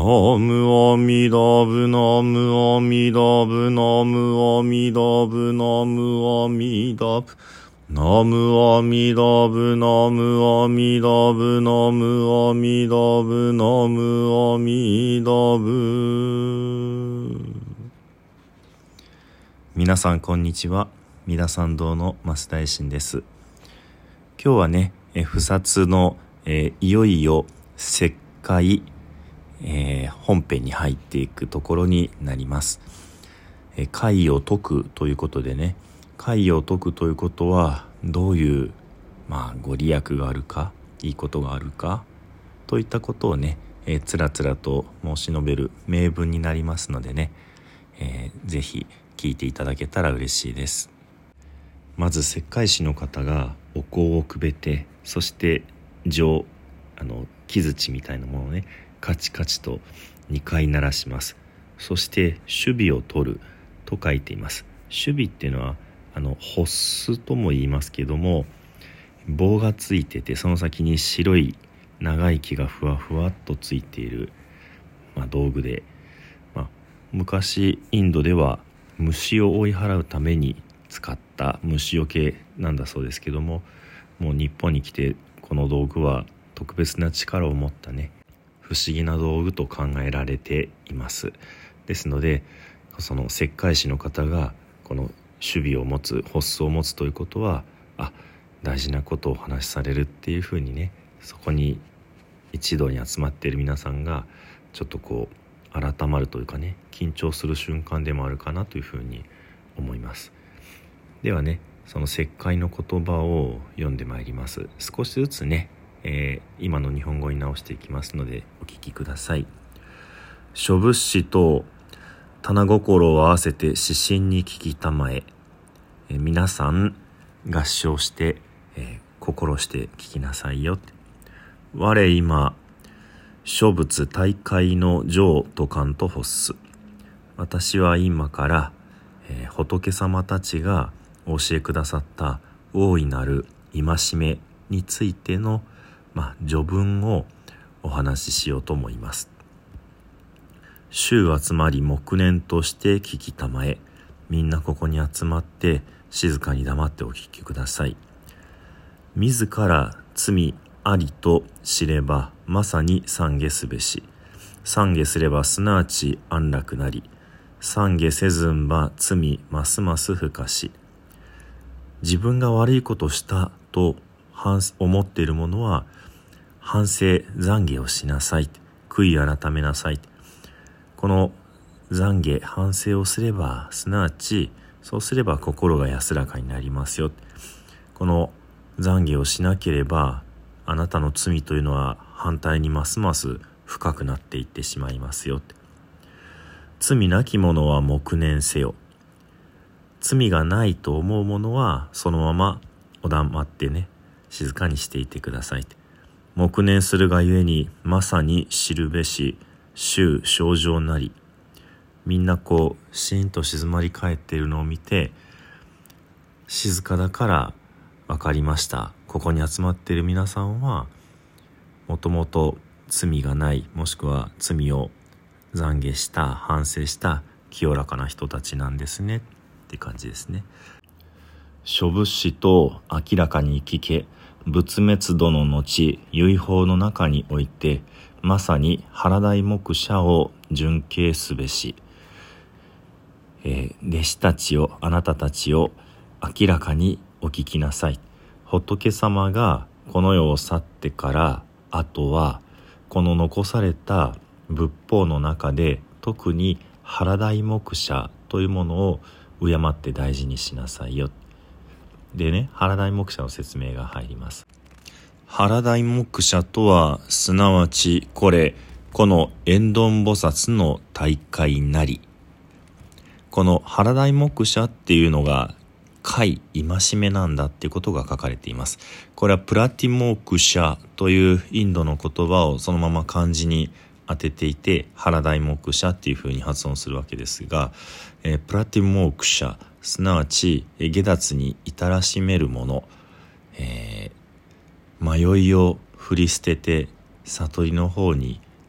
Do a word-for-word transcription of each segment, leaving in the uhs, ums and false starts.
ムアミダブナムアミダブナムアミダブナムアミダブナムアミダブナムアミダブナムアミダブナムアミダブ。皆さんこんにちは。三田参道の増大臣です。今日はね、え不殺の、えー、いよいよ節回、えー、本編に入っていくところになります。えー、解を解くということでね、解を解くということはどういう、まあ、ご利益があるか、いいことがあるかといったことをね、えー、つらつらと申し述べる名文になりますのでね、えー、ぜひ聞いていただけたら嬉しいです。まず節回師の方がお香をくべて、そして錠、あの木槌みたいなものをね、カチカチとにかい鳴らします。そして守備を取ると書いています。守備っていうのはあの発すとも言いますけども、棒がついてて、その先に白い長い木がふわふわっとついている、まあ、道具で、まあ、昔インドでは虫を追い払うために使った虫よけなんだそうですけども、もう日本に来てこの道具は特別な力を持ったね、不思議な道具と考えられています。ですので、その節回師の方がこの守備を持つ、発すを持つということは、あ、大事なことをお話しされるっていうふうにね、そこに一堂に集まっている皆さんがちょっとこう改まるというかね、緊張する瞬間でもあるかなというふうに思います。ではね、その節回の言葉を読んでまいります。少しずつね、えー、今の日本語に直していきますのでお聞きください。諸仏師と棚心を合わせて指針に聞きたまえ、えー、皆さん合唱して、えー、心して聞きなさいよって。我今諸仏大会の上と観と発す。私は今から、えー、仏様たちがお教えくださった大いなる戒めについての、まあ、序文をお話ししようと思います。衆集まり黙念として聞きたまえ。みんなここに集まって静かに黙ってお聞きください。自ら罪ありと知ればまさに懺悔すべし。懺悔すればすなわち安楽なり。懺悔せずんば罪ますます深し。自分が悪いことしたと思っている者は反省懺悔をしなさい、悔い改めなさい。この懺悔反省をすれば、すなわちそうすれば心が安らかになりますよ。この懺悔をしなければ、あなたの罪というのは反対にますます深くなっていってしまいますよ。罪なき者は黙念せよ。罪がないと思う者はそのままお黙ってね、静かにしていてください。黙念するがゆえにまさに知るべし衆清浄なり。みんなこうシーンと静まり返っているのを見て、静かだから分かりました、ここに集まっている皆さんはもともと罪がない、もしくは罪を懺悔した反省した清らかな人たちなんですねって感じですね。諸仏師と明らかに聞け。仏滅度の後、唯法の中において、まさに原題目者を準敬すべし。えー、弟子たちを、あなたたちを明らかにお聞きなさい。仏様がこの世を去ってから、あとはこの残された仏法の中で、特に原題目者というものを敬って大事にしなさいよ。でね、原題目者の説明が入ります。原題目者とは、すなわちこれ、この縁頓菩薩の大会なり。この原題目者っていうのが戒、戒めなんだっていうことが書かれています。これはプラティモークシャというインドの言葉をそのまま漢字に当てていて、原題目者っていうふうに発音するわけですが、えー、プラティモークシャ、すなわち下脱に至らしめるもの、えー、迷いを振り捨てて悟りの方に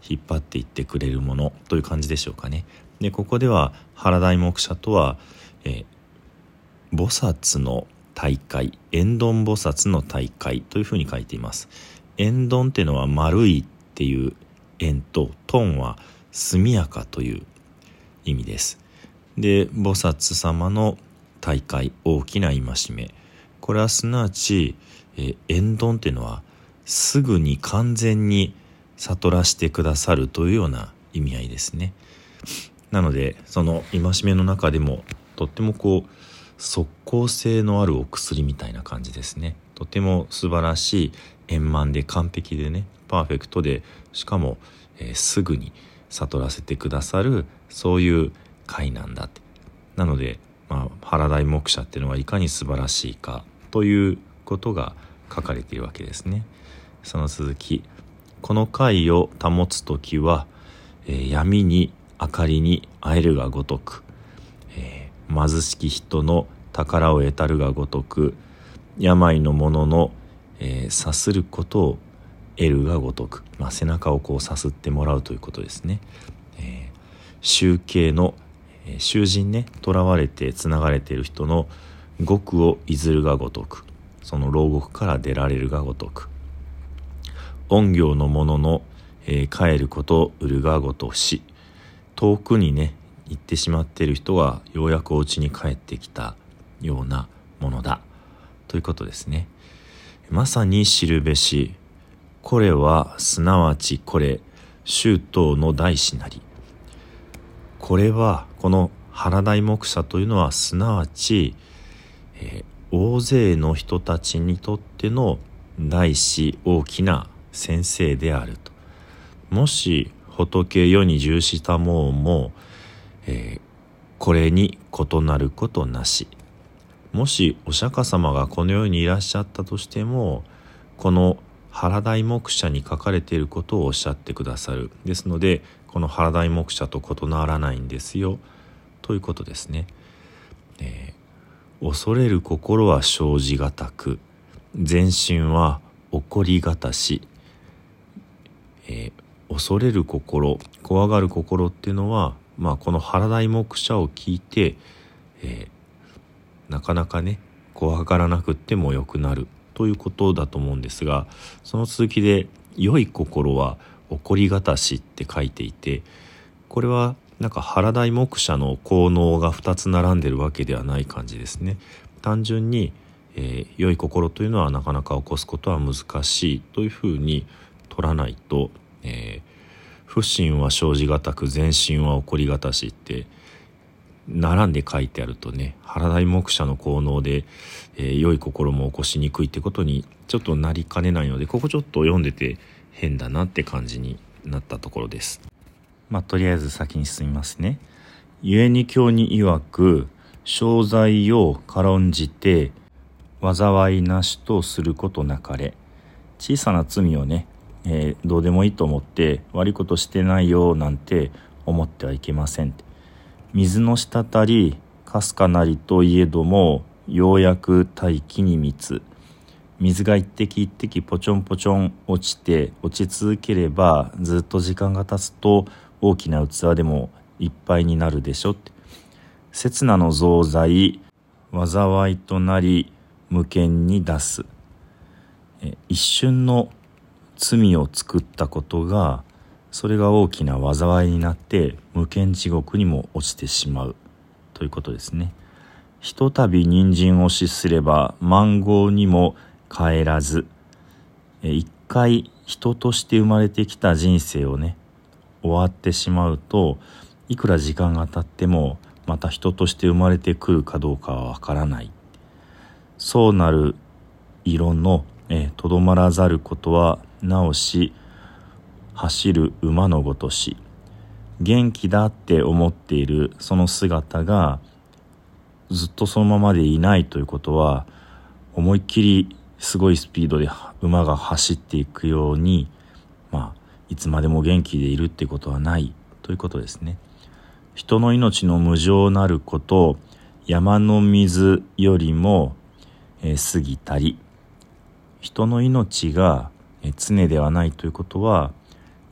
引っ張っていってくれるものという感じでしょうかね。でここでは原題目者とは、えー、菩薩の大会、円頓菩薩の大会というふうに書いています。円頓っていうのは丸いっていう円と、頓は速やかという意味です。で菩薩様の大会、大きな戒め、これはすなわち、えー、円頓っていうのはすぐに完全に悟らしてくださるというような意味合いですね。なのでその戒めの中でもとってもこう即効性のあるお薬みたいな感じですね。とても素晴らしい、円満で完璧でね、パーフェクトで、しかも、えー、すぐに悟らせてくださる、そういう会なんだって。なので、まあ、原題目者っていうのはいかに素晴らしいかということが書かれているわけですね。その続き、この会を保つときは、えー、闇に明かりに会えるがごとく、えー、貧しき人の宝を得たるがごとく、病の者の、えー、さすることを得るがごとく、まあ、背中をこうさすってもらうということですね。えー、囚刑の、えー、囚人ね、囚われてつながれている人の獄をいずるがごとく、その牢獄から出られるがごとく、怨行の者の、えー、帰ることを売るがごとし、遠くにね行ってしまっている人はようやくお家に帰ってきたようなものだということですね。まさに知るべし、これはすなわちこれ周到の大師なり。これはこの原題目者というのはすなわち、えー、大勢の人たちにとっての大師、大きな先生であると。もし仏世に重したもうも、えー、これに異なることなし。もしお釈迦様がこの世にいらっしゃったとしても、この原題目者に書かれていることをおっしゃってくださる。ですのでこの原題目者と異ならないんですよということですね。えー、恐れる心は生じがたく、前進は起こりがたし。えー、恐れる心、怖がる心っていうのは、まあ、この原題目者を聞いて、えー、なかなかね怖がらなくってもよくなるということだと思うんですが、その続きで良い心は起こりがたしって書いていて、これはなんか原題目者の効能がふたつ並んでるわけではない感じですね。単純に、えー、良い心というのはなかなか起こすことは難しいというふうに取らないと、えー、不信は生じがたく前進は起こりがたしって並んで書いてあるとね、原題目者の効能で、えー、良い心も起こしにくいってことにちょっとなりかねないので、ここちょっと読んでて変だなって感じになったところです。まあとりあえず先に進みますね。故に経に曰く、商材を軽んじて災いなしとすることなかれ。小さな罪をね、えー、どうでもいいと思って悪いことしてないよなんて思ってはいけません。水の滴りかすかなりといえども、ようやく大気に満つ。水が一滴一滴ポチョンポチョン落ちて落ち続ければ、ずっと時間が経つと大きな器でもいっぱいになるでしょって。刹那の増罪、災いとなり無権に出す。え一瞬の罪を作ったことが、それが大きな災いになって無間地獄にも落ちてしまうということですね。ひとたび人参を死すれば万劫にも帰らず、え一回人として生まれてきた人生をね終わってしまうと、いくら時間が経ってもまた人として生まれてくるかどうかはわからない。そうなる色のとどまらざることはなおし、走る馬のごとし。元気だって思っているその姿がずっとそのままでいないということは、思いっきりすごいスピードで馬が走っていくように、まあいつまでも元気でいるっていうことはないということですね。人の命の無常なること、山の水よりも、えー、過ぎたり。人の命が常ではないということは、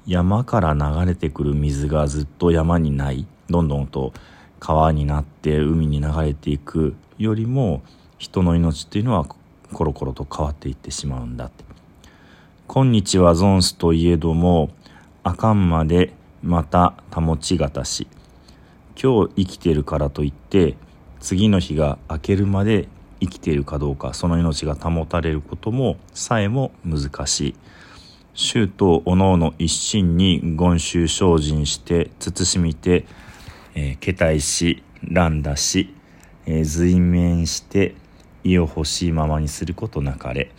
山から流れてくる水がずっと山にない、どんどんと川になって海に流れていくよりも、人の命っていうのはコロコロと変わっていってしまうんだって。今日は存すといえども、あかんまでまた保ちがたし。今日生きているからといって次の日が明けるまで生きているかどうか、その命が保たれることもさえも難しい。衆とおのおの一心に言宗精進して慎みて、えー、けたいし乱打し、えー、随面して意を欲しいままにすることなかれ。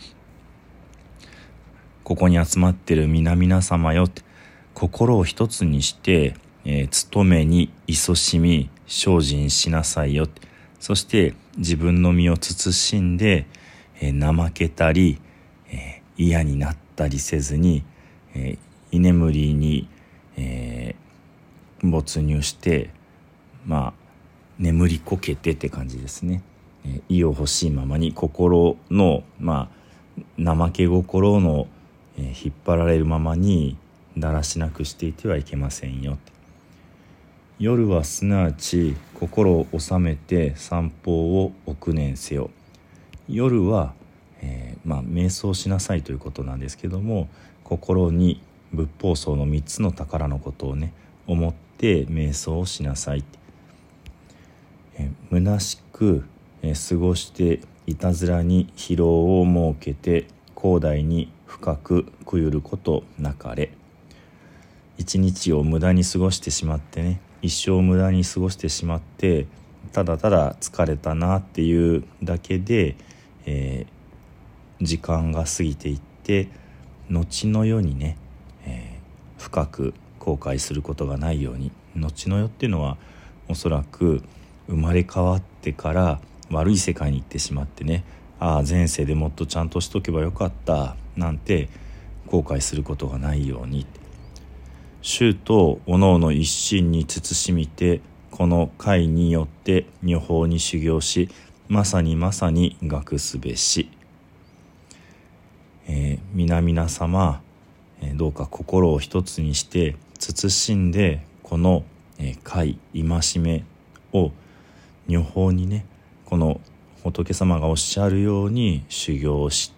ここに集まってる皆々様よって、心を一つにして、えー、勤めに勤しみ精進しなさいよって。そして自分の身を慎んで、えー、怠けたり、えー、嫌になったりせずに、えー、居眠りに、えー、没入して、まあ眠りこけてって感じですね。えー、意を欲しいままに心の、まあ怠け心の、えー、引っ張られるままにだらしなくしていてはいけませんよって。夜はすなわち心を収めて散歩を憶念せよ。夜は、えー、まあ瞑想しなさいということなんですけども、心に仏法僧のみっつの宝のことをね思って瞑想をしなさい。えー、虚しく、えー、過ごしていたずらに疲労を設けて広大に深くくゆることなかれ。一日を無駄に過ごしてしまってね、一生無駄に過ごしてしまって、ただただ疲れたなっていうだけで、えー、時間が過ぎていって、後の世にね、えー、深く後悔することがないように。後の世っていうのはおそらく生まれ変わってから悪い世界に行ってしまってね、ああ前世でもっとちゃんとしとけばよかったなんて後悔することがないように。衆とおのおの一心に慎みて、この会によって女法に修行し、まさにまさに学すべし。えー、皆々様、えー、どうか心を一つにして慎んで、この、えー、会戒めを女法にね、この仏様がおっしゃるように修行して、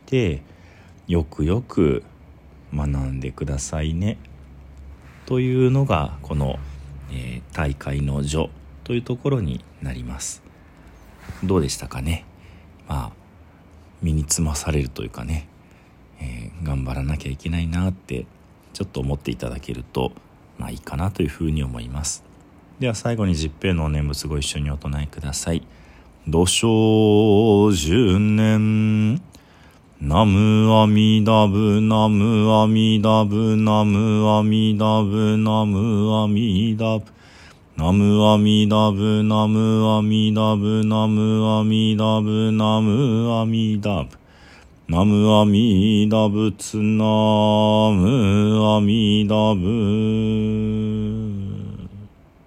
よくよく学んでくださいねというのがこの、えー、大会の序というところになります。どうでしたかね。まあ身につまされるというかね、えー、頑張らなきゃいけないなってちょっと思っていただけるとまあいいかなというふうに思います。では最後に十平のお念仏ご一緒にお唱えください。土生十年ナムアミダブナムアミダブナムアミダブナムアミダブナムアミダブナムアミダブナムアミダブナムアミダブナムアミダブツナムアミダブ。